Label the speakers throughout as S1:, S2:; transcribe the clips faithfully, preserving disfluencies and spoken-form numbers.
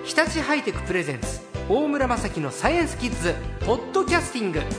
S1: 日立ハイテクプレゼンツ大村雅樹のサイエンスキッズポッドキャスティング。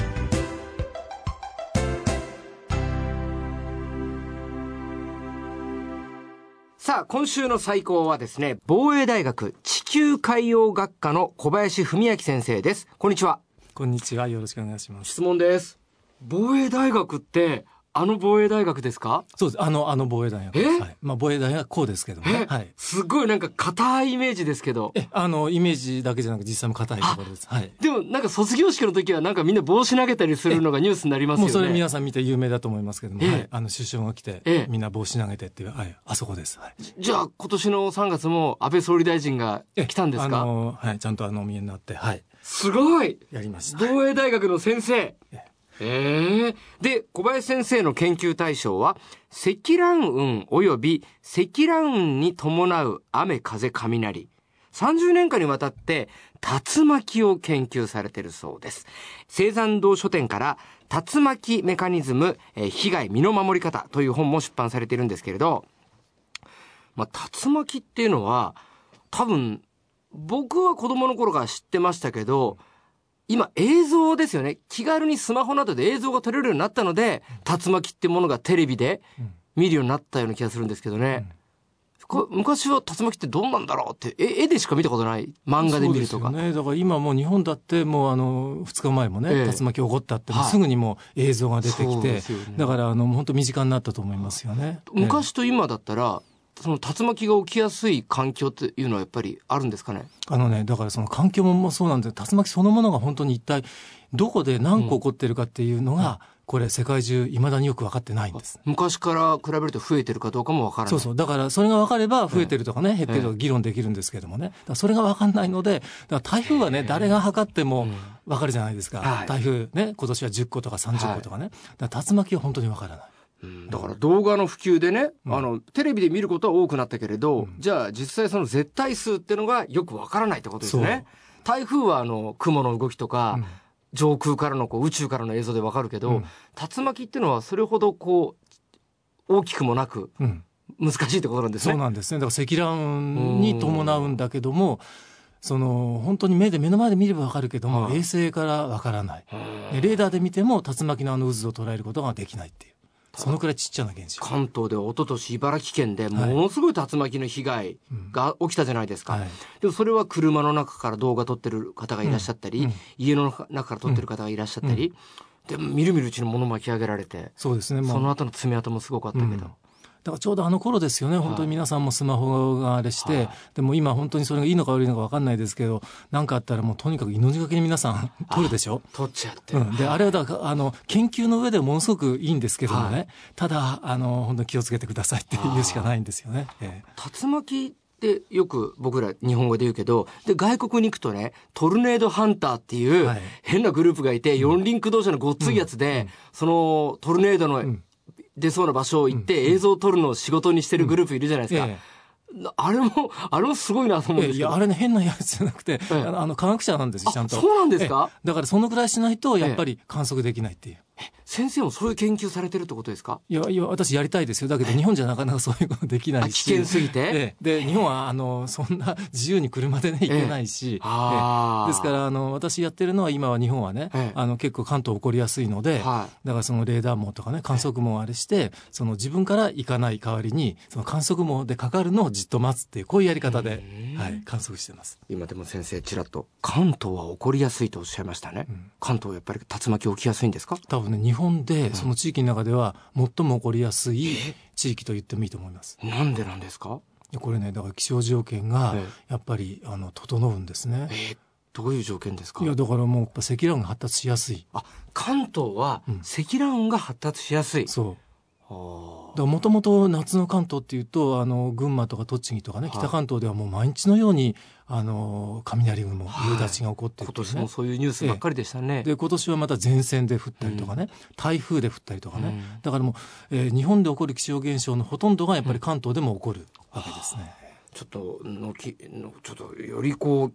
S1: さあ今週の最高はですね、防衛大学地球海洋学科の小林文明先生です。こんにちは。
S2: こんにちは、よろしくお願いします。
S1: 質問です。防衛大学ってあの防衛大学ですか？
S2: そうです。あの、あの防衛大学です。はい。まあ、防衛大学こうですけどもね。はい。
S1: すごいなんか硬いイメージですけど。
S2: え、あの、イメージだけじゃなく実際も硬いところです。はい。
S1: でもなんか卒業式の時はなんかみんな帽子投げたりするのがニュースになりますよね。
S2: もうそれ皆さん見て有名だと思いますけども、はい。あの、首相が来て、みんな帽子投げてっていう、はい。あそこです。はい。
S1: じゃあ今年のさんがつも安倍総理大臣が来たんですか？
S2: あの、はい。ちゃんとあの、お見えになって、はい。
S1: すごい
S2: やりました。
S1: 防衛大学の先生。えー、で小林先生の研究対象は積乱雲および積乱雲に伴う雨風雷、さんじゅうねんかんにわたって竜巻を研究されているそうです。青山堂書店から竜巻メカニズム、えー、被害身の守り方という本も出版されているんですけれど、まあ、竜巻っていうのは多分僕は子供の頃から知ってましたけど、今映像ですよね。気軽にスマホなどで映像が撮れるようになったので、竜巻ってものがテレビで見るようになったような気がするんですけどね。うん、昔は竜巻ってどうなんだろうって絵でしか見たことない。漫画で見るとか。
S2: そうですよね。だから今もう日本だってもうあのふつかまえもね、ええ、竜巻起こったってもうすぐにもう映像が出てきて、はい、だからあの本当身近になったと思いますよね。
S1: 昔と今だったら、その竜巻が起きやすい環境っていうのはやっぱりあるんですかね？
S2: あのね、だからその環境もそうなんですけど、竜巻そのものが本当に一体どこで何個起こってるかっていうのが、うん、これ世界中未だによく分かってないんです。
S1: 昔から比べると増えてるかどうかも分からない。
S2: そうそう。だからそれが分かれば増えてるとかね、ええ、減ってるとか議論できるんですけどもね。だからそれが分かんないので、だから台風はね、誰が測っても分かるじゃないですか。はい、台風ね、今年はじゅっことかさんじゅっことかね。はい、だから竜巻は本当に分からない。
S1: うん、だから動画の普及でね、うん、あのテレビで見ることは多くなったけれど、うん、じゃあ実際その絶対数っていうのがよくわからないってことですね。台風はあの雲の動きとか、うん、上空からのこう宇宙からの映像でわかるけど、うん、竜巻っていうのはそれほどこう大きくもなく、うん、難しいってことなんですね。
S2: そうなんですね。だから積乱雲に伴うんだけども、その本当に目で目の前で見ればわかるけども、衛星からわからない。レーダーで見ても竜巻のあの渦を捉えることができないっていう。そのくらいちっちゃな現象。
S1: 関東で一昨年茨城県でものすごい竜巻の被害が起きたじゃないですか、はい、でもそれは車の中から動画撮ってる方がいらっしゃったり、うん、家の中から撮ってる方がいらっしゃったり、うん、でもみるみるうちに物巻き上げられて、
S2: そうですね、
S1: その後の爪痕もすごかったけど、うん
S2: だからちょうどあの頃ですよね、本当に皆さんもスマホがあれして、はい、でも今本当にそれがいいのか悪いのか分かんないですけど、何かあったらもうとにかく命がけに皆さん撮るでしょ。
S1: 撮っちゃって、
S2: うん、であれはだからあの研究の上ではものすごくいいんですけどもね、はい、ただあの本当に気をつけてくださいっていうしかないんですよね。え
S1: ー、竜巻ってよく僕ら日本語で言うけど、で外国に行くとね、トルネードハンターっていう変なグループがいて、はい、四輪駆動車のごっついやつで、うんうん、そのトルネードの、うん出そうな場所を行って映像を撮るのを仕事にしてるグループいるじゃないですか、うんええ、あれもあれもすごいなと思うんですけど、
S2: いやあれね変なやつじゃなくて、ええ、あのあの科学者なんですよちゃんと。
S1: そうなんですか？
S2: だからそのぐらいしないとやっぱり観測できないっていう、
S1: ええ、先生もそういう研究されてるってことですか？
S2: いやいや私やりたいですよ。だけど日本じゃなかなかそういうことできないし、
S1: 危険すぎて、
S2: ええ、で日本はあのそんな自由に車でね行けないし、ええええ、ですからあの私やってるのは今は日本はね、ええ、あの結構関東起こりやすいので、はい、だからそのレーダー網とかね観測網をあれしてその自分から行かない代わりにその観測網でかかるのをじっと待つっていうこういうやり方で、はい、観測してます。
S1: 今でも先生ちらっと関東は起こりやすいとおっしゃいましたね、うん、関東はやっぱり竜巻起きやすいんですか？
S2: 多分ね日本でその地域の中では最も起こりやすい地域と言ってもいいと思います。
S1: なんでなんですか？
S2: これねだから気象条件がやっぱりあの整うんですね。
S1: えー、どういう条件ですか？
S2: いやだからもうやっぱ積乱雲が発達しやすい。
S1: あ、関東は積乱雲が発達しやすい、うん、
S2: そうもともと夏の関東っていうとあの群馬とか栃木とかね北関東ではもう毎日のようにあの雷雲夕立が起こっている、ね、
S1: 今年もそういうニュースばっかりでしたね、
S2: ええ、で今年はまた前線で降ったりとかね、うん、台風で降ったりとかね、うん、だからもう、えー、日本で起こる気象現象のほとんどがやっぱり関東でも起こるわけですね、
S1: うん、ちょっとのきのちょっとよりこう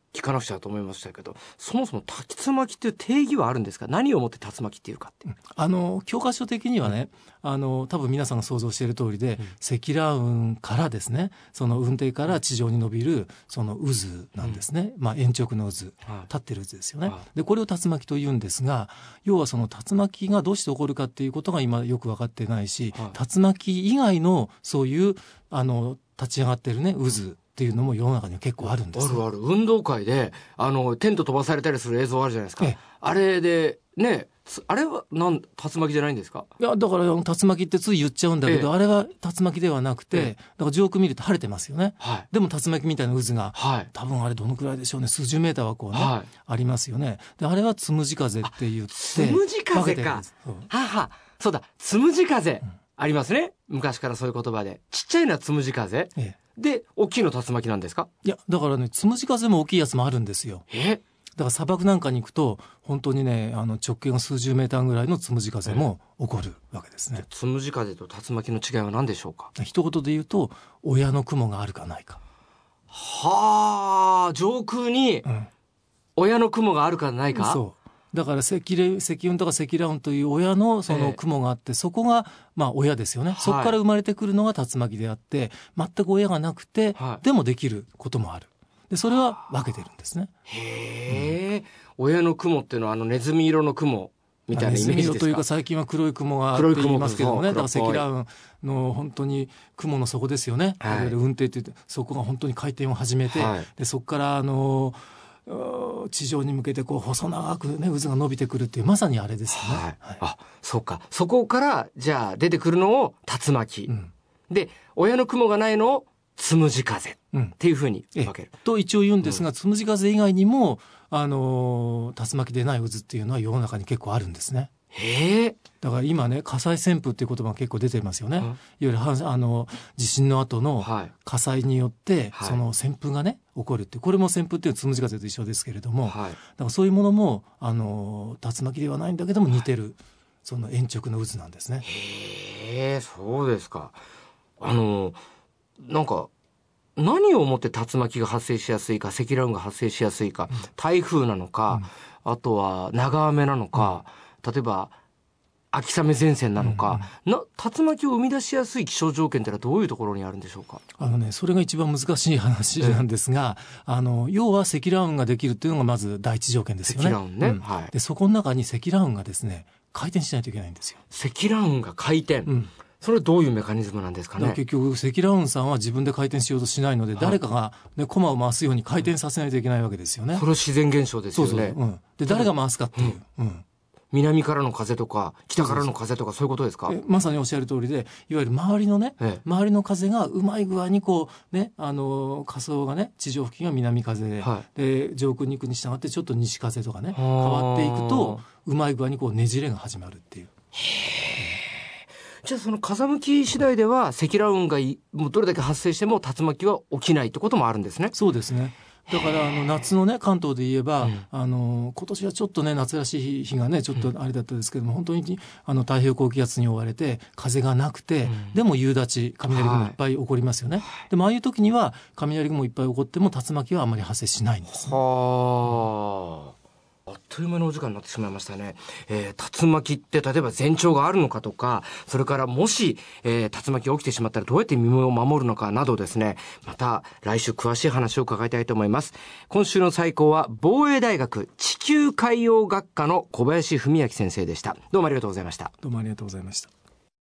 S1: 聞かなくちゃと思いましたけど、そもそも竜巻っていう定義はあるんですか？何をもって竜巻っていうかって。
S2: あの教科書的にはね、あの多分皆さんが想像している通りで、うん、積乱雲からですね、その雲底から地上に伸びるその渦なんですね、うん、まあ、円直の渦、はい、立ってる渦ですよね、はい、でこれを竜巻と言うんですが、要はその竜巻がどうして起こるかっていうことが今よく分かってないし、はい、竜巻以外のそういうあの立ち上がってるね渦っていうのも世の中には結構あるんです。
S1: あるある。運動会であのテント飛ばされたりする映像あるじゃないですか。あれでね、あれはなん竜巻じゃないんですか？
S2: いやだから竜巻ってつい言っちゃうんだけど、ええ、あれは竜巻ではなくて、ええ、だから上空見ると晴れてますよね、はい、でも竜巻みたいな渦が、はい、多分あれどのくらいでしょうね、数十メーターはこうね、はい、ありますよね。であれはつむじ風って言って、
S1: つむじ風か、はは、そうだ、つむじ風、うん、ありますね、昔からそういう言葉で。ちっちゃいのはつむじ風、ええ、で大きいの竜巻なんですか？
S2: いやだからね、つむじ風も大きいやつもあるんですよ。えだから砂漠なんかに行くと本当にね、あの直径が数十メーターぐらいのつむじ風も起こるわけですね。
S1: つむじ風と竜巻の違いは何でしょうか？
S2: 一言で言うと、親の雲があるかないか。
S1: はあ、上空に親の雲があるかないか、うん、
S2: そうだから積雲とか積乱雲という親のその雲があって、えー、そこがまあ親ですよね、はい、そこから生まれてくるのが竜巻であって、全く親がなくて、はい、でもできることもある。でそれは分けてるんですね。
S1: へえ、うん、親の雲っていうのはあのネズミ色の雲みたいなイメージですか？ネズミ色
S2: というか、最近は黒い雲があって言いますけどもね、だから積乱雲の本当に雲の底ですよね、はい、いわゆる雲底って言って、そこが本当に回転を始めて、はい、でそこからあの地上に向けてこう細長くね渦が伸びてくるっていう、まさにあれですよね、はいはい、
S1: あ、そうか、そこからじゃあ出てくるのを竜巻、うん、で親の雲がないのをつむじ風っていうふうに分ける、
S2: うん、と一応言うんですが、うん、つむじ風以外にもあの竜巻でない渦っていうのは世の中に結構あるんですね。
S1: へえ。
S2: だから今ね、火災旋風っていう言葉が結構出てますよね、うん、いわゆるあの地震の後の火災によって、はい、その旋風がね起こるって、これも旋風っていうのはつむじ風と一緒ですけれども、はい、だからそういうものもあの竜巻ではないんだけども似てる、はい、その円直の渦なんですね。
S1: へえ、そうですか。あのなんか何をもって竜巻が発生しやすいか、積乱雲が発生しやすいか、うん、台風なのか、うん、あとは長雨なのか、うん、例えば秋雨前線なのか、うんうん、な竜巻を生み出しやすい気象条件ってのはどういうところにあるんでしょうか？
S2: あのね、それが一番難しい話なんですが、あの要は積乱雲ができるというのがまず第一条件ですよね。積乱雲ね、うん、はい、でそこの中に積乱雲がですね回転しないといけないんですよ。
S1: 積乱雲が回転、うん、それはどういうメカニズムなんですかね？
S2: 結局積乱雲さんは自分で回転しようとしないので、はい、誰かが、ね、コマを回すように回転させないといけないわけですよね。
S1: それは自然現象ですよね。そうそう、うん、
S2: で誰が回すかっていう、うんうん、
S1: 南からの風とか北からの風とか、そういうことですか？
S2: まさにおっしゃる通りで、いわゆる周りのね、ええ、周りの風がうまい具合にこうね、あの下層がね、地上付近が南風で、はい、で上空に行くに従ってちょっと西風とかね変わっていくと、うまい具合にこうねじれが始まるっていう。
S1: じゃあその風向き次第では積乱雲がもうどれだけ発生しても竜巻は起きないってこともあるんですね。
S2: そうですね。だからあの夏のね関東で言えば、うん、あの今年はちょっとね夏らしい日がねちょっとあれだったですけども、うん、本当にあの太平洋高気圧に覆われて風がなくて、うん、でも夕立雷雲いっぱい起こりますよね、はい、でもああいう時には雷雲いっぱい起こっても竜巻はあまり発生しないんですね。
S1: はあ、あっという間のお時間になってしまいましたね。えー、竜巻って例えば前兆があるのかとか、それからもし、えー、竜巻が起きてしまったらどうやって身を守るのかなどですね、また来週詳しい話を伺いたいと思います。今週の最高は防衛大学地球海洋学科の小林文明先生でした。どうもありがとうございました。
S2: どうもありがとうございました。